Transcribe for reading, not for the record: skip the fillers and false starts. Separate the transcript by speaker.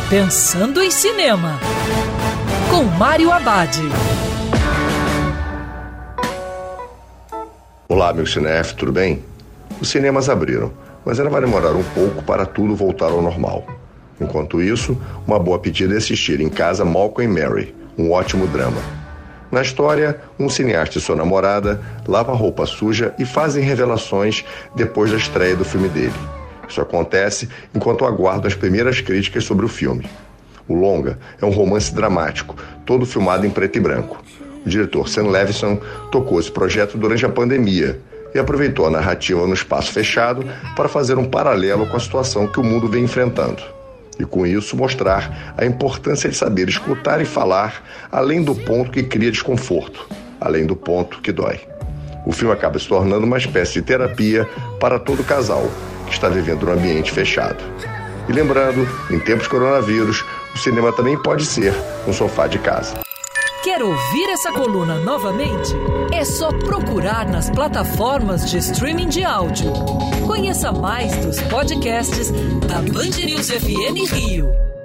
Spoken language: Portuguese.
Speaker 1: Pensando em Cinema, com Mário Abad.
Speaker 2: Olá, meu cinéfilo, tudo bem? Os cinemas abriram, mas ainda vai demorar um pouco para tudo voltar ao normal. Enquanto isso, uma boa pedida é assistir em casa Malcolm e Mary, um ótimo drama. Na história, um cineasta e sua namorada lavam a roupa suja e fazem revelações depois da estreia do filme dele. Isso acontece enquanto aguardam as primeiras críticas sobre o filme. O longa é um romance dramático, todo filmado em preto e branco. O diretor Sam Levinson tocou esse projeto durante a pandemia e aproveitou a narrativa no espaço fechado para fazer um paralelo com a situação que o mundo vem enfrentando. E com isso mostrar a importância de saber escutar e falar além do ponto que cria desconforto, além do ponto que dói. O filme acaba se tornando uma espécie de terapia para todo casal que está vivendo num ambiente fechado. E lembrando, em tempos de coronavírus, o cinema também pode ser um sofá de casa.
Speaker 1: Quer ouvir essa coluna novamente? É só procurar nas plataformas de streaming de áudio. Conheça mais dos podcasts da Band News FM Rio.